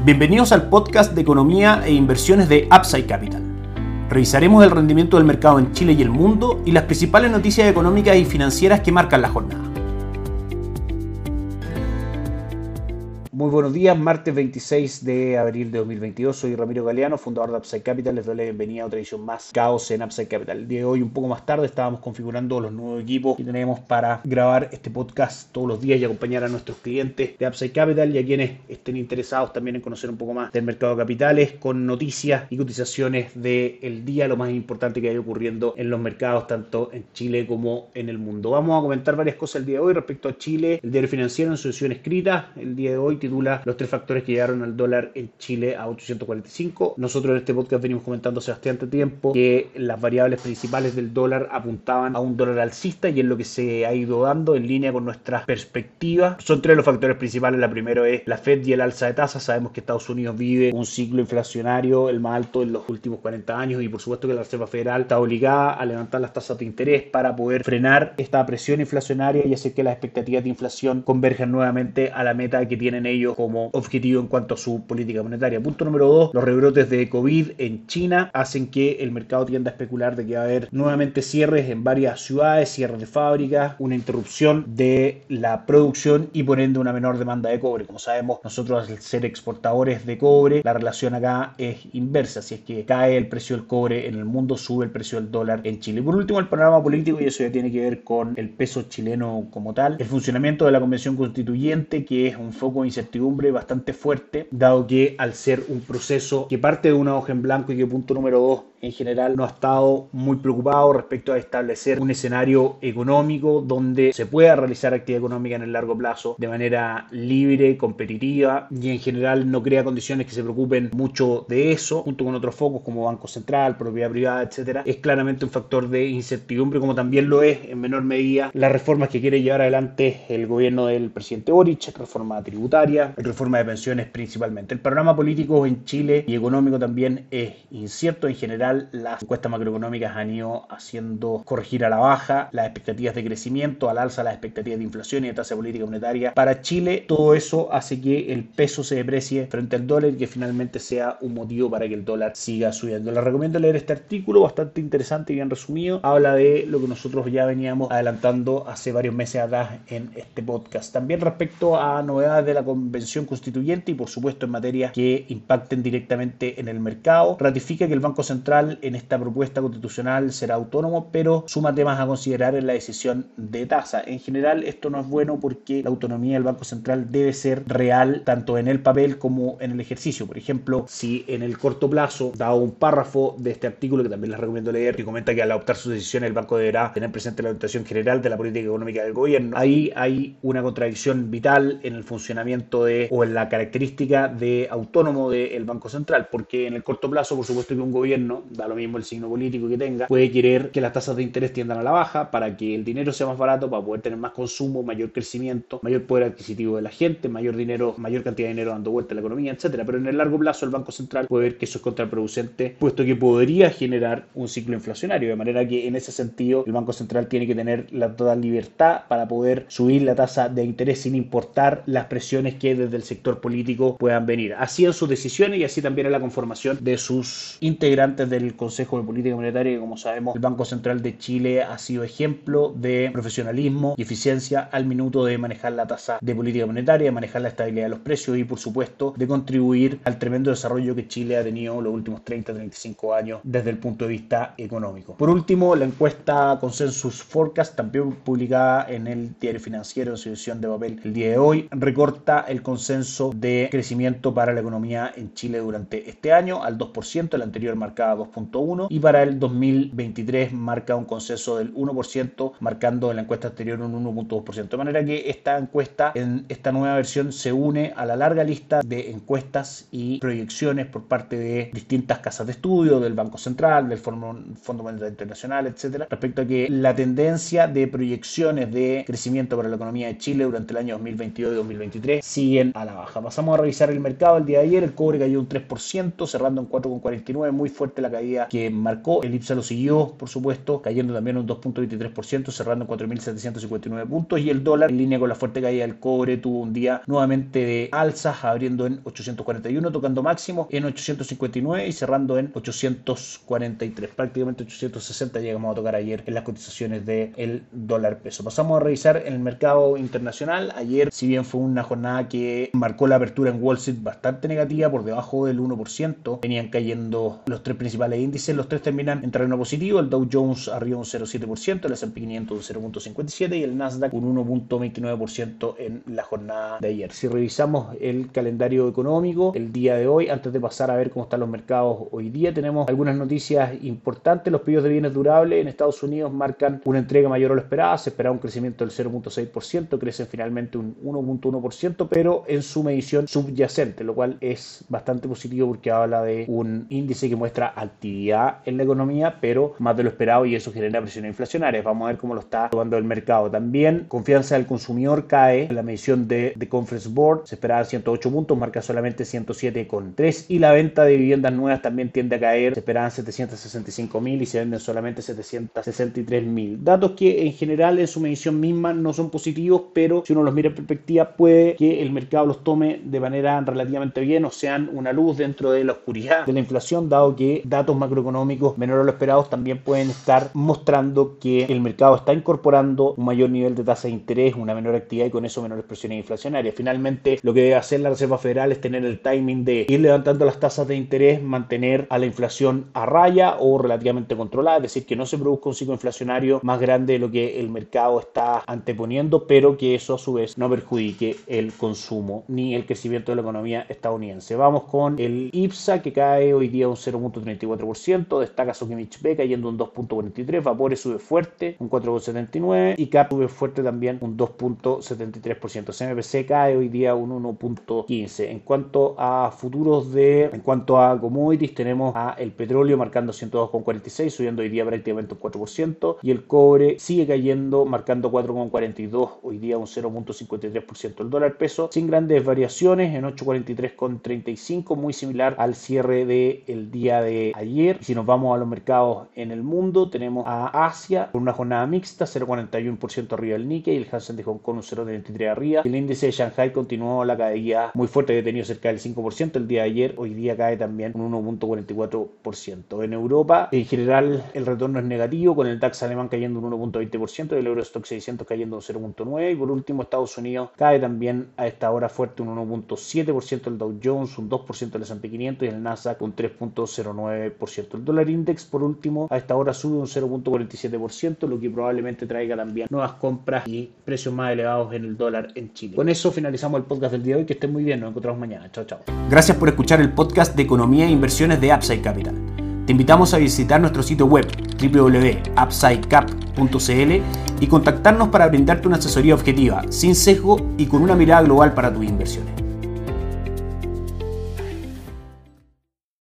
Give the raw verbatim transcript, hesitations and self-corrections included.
Bienvenidos al podcast de economía e inversiones de Upside Capital. Revisaremos el rendimiento del mercado en Chile y el mundo y las principales noticias económicas y financieras que marcan la jornada. Muy buenos días, martes veintiséis de abril de dos mil veintidós. Soy Ramiro Galeano, fundador de Upside Capital. Les doy la bienvenida a otra edición más Caos en Upside Capital. El día de hoy, un poco más tarde, estábamos configurando los nuevos equipos que tenemos para grabar este podcast todos los días y acompañar a nuestros clientes de Upside Capital y a quienes estén interesados también en conocer un poco más del mercado de capitales con noticias y cotizaciones del día, lo más importante que haya ocurriendo en los mercados, tanto en Chile como en el mundo. Vamos a comentar varias cosas el día de hoy respecto a Chile. El diario financiero en su edición escrita el día de hoy titula los tres factores que llevaron al dólar en Chile a ochocientos cuarenta y cinco. Nosotros en este podcast venimos comentando hace bastante tiempo que las variables principales del dólar apuntaban a un dólar alcista y es lo que se ha ido dando en línea con nuestras perspectivas. Son tres los factores principales. La primera es la Fed y el alza de tasas. Sabemos que Estados Unidos vive un ciclo inflacionario el más alto en los últimos cuarenta años y por supuesto que la Reserva Federal está obligada a levantar las tasas de interés para poder frenar esta presión inflacionaria y hacer que las expectativas de inflación converjan nuevamente a la meta que tienen ellos como objetivo en cuanto a su política monetaria. Punto número dos, los rebrotes de COVID en China hacen que el mercado tienda a especular de que va a haber nuevamente cierres en varias ciudades, cierres de fábricas, una interrupción de la producción y por ende una menor demanda de cobre. Como sabemos, nosotros al ser exportadores de cobre, la relación acá es inversa. Si es que cae el precio del cobre en el mundo, sube el precio del dólar en Chile. Y por último, el panorama político, y eso ya tiene que ver con el peso chileno como tal, el funcionamiento de la Convención Constituyente, que es un foco de incertidumbre bastante fuerte, dado que al ser un proceso que parte de una hoja en blanco y que punto número dos en general no ha estado muy preocupado respecto a establecer un escenario económico donde se pueda realizar actividad económica en el largo plazo de manera libre, competitiva y en general no crea condiciones que se preocupen mucho de eso, junto con otros focos como Banco Central, propiedad privada, etcétera. Es claramente un factor de incertidumbre, como también lo es en menor medida las reformas que quiere llevar adelante el gobierno del presidente Boric, reforma tributaria, reforma de pensiones principalmente. El panorama político en Chile y económico también es incierto. En general, las encuestas macroeconómicas han ido haciendo corregir a la baja las expectativas de crecimiento, al alza las expectativas de inflación y de tasa política monetaria para Chile. Todo eso hace que el peso se deprecie frente al dólar y que finalmente sea un motivo para que el dólar siga subiendo. Les recomiendo leer este artículo, bastante interesante y bien resumido. Habla de lo que nosotros ya veníamos adelantando hace varios meses atrás en este podcast. También respecto a novedades de la Convención Constituyente y por supuesto en materias que impacten directamente en el mercado, ratifica que el Banco Central en esta propuesta constitucional será autónomo, pero suma temas a considerar en la decisión de tasa. En general, esto no es bueno porque la autonomía del Banco Central debe ser real tanto en el papel como en el ejercicio. Por ejemplo, si en el corto plazo, dado un párrafo de este artículo que también les recomiendo leer, que comenta que al adoptar sus decisiones el banco deberá tener presente la orientación general de la política económica del gobierno, ahí hay una contradicción vital en el funcionamiento de o en la característica de autónomo del Banco Central, porque en el corto plazo, por supuesto que un gobierno, da lo mismo el signo político que tenga, puede querer que las tasas de interés tiendan a la baja para que el dinero sea más barato, para poder tener más consumo, mayor crecimiento, mayor poder adquisitivo de la gente, mayor dinero, mayor cantidad de dinero dando vuelta a la economía, etcétera. Pero en el largo plazo el Banco Central puede ver que eso es contraproducente, puesto que podría generar un ciclo inflacionario, de manera que en ese sentido el Banco Central tiene que tener la total libertad para poder subir la tasa de interés sin importar las presiones que desde el sector político puedan venir. Así en sus decisiones y así también en la conformación de sus integrantes del Consejo de Política Monetaria, que como sabemos el Banco Central de Chile ha sido ejemplo de profesionalismo y eficiencia al minuto de manejar la tasa de política monetaria, de manejar la estabilidad de los precios y por supuesto de contribuir al tremendo desarrollo que Chile ha tenido los últimos treinta a treinta y cinco años desde el punto de vista económico. Por último, la encuesta Consensus Forecast, también publicada en el diario financiero en su edición de papel el día de hoy, recorta el consenso de crecimiento para la economía en Chile durante este año al dos por ciento, el anterior marcaba dos punto uno y para el dos mil veintitrés marca un consenso del uno por ciento, marcando en la encuesta anterior un uno punto dos por ciento. De manera que esta encuesta en esta nueva versión se une a la larga lista de encuestas y proyecciones por parte de distintas casas de estudio, del Banco Central, del Fondo, Fondo Monetario Internacional, etcétera, respecto a que la tendencia de proyecciones de crecimiento para la economía de Chile durante el año dos mil veintidós y dos mil veintitrés siguen a la baja. Pasamos a revisar el mercado el día de ayer. El cobre cayó un tres por ciento, cerrando en cuatro con cuarenta y nueve, muy fuerte la caída que marcó. El IPSA lo siguió, por supuesto, cayendo también un dos punto veintitrés por ciento, cerrando en cuatro mil setecientos cincuenta y nueve puntos. Y el dólar, en línea con la fuerte caída del cobre, tuvo un día nuevamente de alzas, abriendo en ochocientos cuarenta y uno, tocando máximo en ochocientos cincuenta y nueve y cerrando en ochocientos cuarenta y tres. Prácticamente ochocientos sesenta llegamos a tocar ayer en las cotizaciones del dólar peso. Pasamos a revisar el mercado internacional. Ayer, si bien fue una jornada que marcó la apertura en Wall Street bastante negativa, por debajo del uno por ciento, venían cayendo los tres principales índices. Los tres terminan en terreno positivo. El Dow Jones arriba un cero punto siete por ciento, el ese and pe quinientos un cero punto cincuenta y siete por ciento y el Nasdaq un uno punto veintinueve por ciento en la jornada de ayer. Si revisamos el calendario económico, el día de hoy, antes de pasar a ver cómo están los mercados hoy día, tenemos algunas noticias importantes. Los pedidos de bienes durables en Estados Unidos marcan una entrega mayor a lo esperado. Se esperaba un crecimiento del cero punto seis por ciento, crecen finalmente un uno punto uno por ciento, pero en su medición subyacente, lo cual es bastante positivo porque habla de un índice que muestra actividad en la economía, pero más de lo esperado, y eso genera presión inflacionaria. Vamos a ver cómo lo está tomando el mercado. También confianza del consumidor cae en la medición de The Conference Board. Se esperaba ciento ocho puntos, marca solamente ciento siete coma tres, y la venta de viviendas nuevas también tiende a caer. Se esperaban setecientos sesenta y cinco mil y se venden solamente setecientos sesenta y tres mil. Datos que en general en su medición misma no son positivos, pero si uno los mira en perspectiva, puede que el mercado los tome de manera relativamente bien o sean una luz dentro de la oscuridad de la inflación, dado que datos macroeconómicos menores a lo esperados también pueden estar mostrando que el mercado está incorporando un mayor nivel de tasa de interés, una menor actividad y con eso menores presiones inflacionarias. Finalmente, lo que debe hacer la Reserva Federal es tener el timing de ir levantando las tasas de interés, mantener a la inflación a raya o relativamente controlada, es decir, que no se produzca un ciclo inflacionario más grande de lo que el mercado está anteponiendo, pero que eso a su vez no perjudique el consumo ni el crecimiento de la economía estadounidense. Vamos con el IPSA, que cae hoy día un cero punto treinta y cuatro por ciento, destaca Sokimich B cayendo un dos punto cuarenta y tres, Vapores sube fuerte un cuatro punto setenta y nueve y C A P sube fuerte también un dos punto setenta y tres por ciento. C M P C cae hoy día un uno punto quince. En cuanto a futuros de, en cuanto a commodities, tenemos a el petróleo marcando ciento dos punto cuarenta y seis, subiendo hoy día prácticamente un cuatro por ciento, y el cobre sigue cayendo marcando cuatro punto cuarenta y dos, hoy día un cero punto cincuenta y tres por ciento. El dólar peso sin grandes variaciones en ocho punto cuarenta y tres con treinta y cinco, muy similar al cierre del día de ayer. Si nos vamos a los mercados en el mundo, tenemos a Asia con una jornada mixta, cero punto cuarenta y uno por ciento arriba del Nikkei, el Hansen de Hong Kong un cero punto treinta y tres arriba. El índice de Shanghai continuó la caída muy fuerte que ha tenido cerca del cinco por ciento el día de ayer, hoy día cae también un uno punto cuarenta y cuatro por ciento. En Europa, en general, el retorno es negativo, con el DAX alemán cayendo un uno punto veinte por ciento y el Eurostock seiscientos cayendo un cero punto nueve por ciento. Y por último, Estados Unidos cae también a esta hora fuerte un uno punto siete por ciento el Dow Jones, un dos por ciento el ese and pe quinientos y el Nasdaq un tres punto cero nueve por ciento. El dólar index, por último, a esta hora sube un cero punto cuarenta y siete por ciento, lo que probablemente traiga también nuevas compras y precios más elevados en el dólar en Chile. Con eso finalizamos el podcast del día de hoy. Que estén muy bien, nos encontramos mañana. Chao, chao. Gracias por escuchar el podcast de Economía e Inversiones de Upside Capital. Te invitamos a visitar nuestro sitio web doble u doble u doble u punto upsidecap punto c l y contactarnos para brindarte una asesoría objetiva, sin sesgo y con una mirada global para tus inversiones.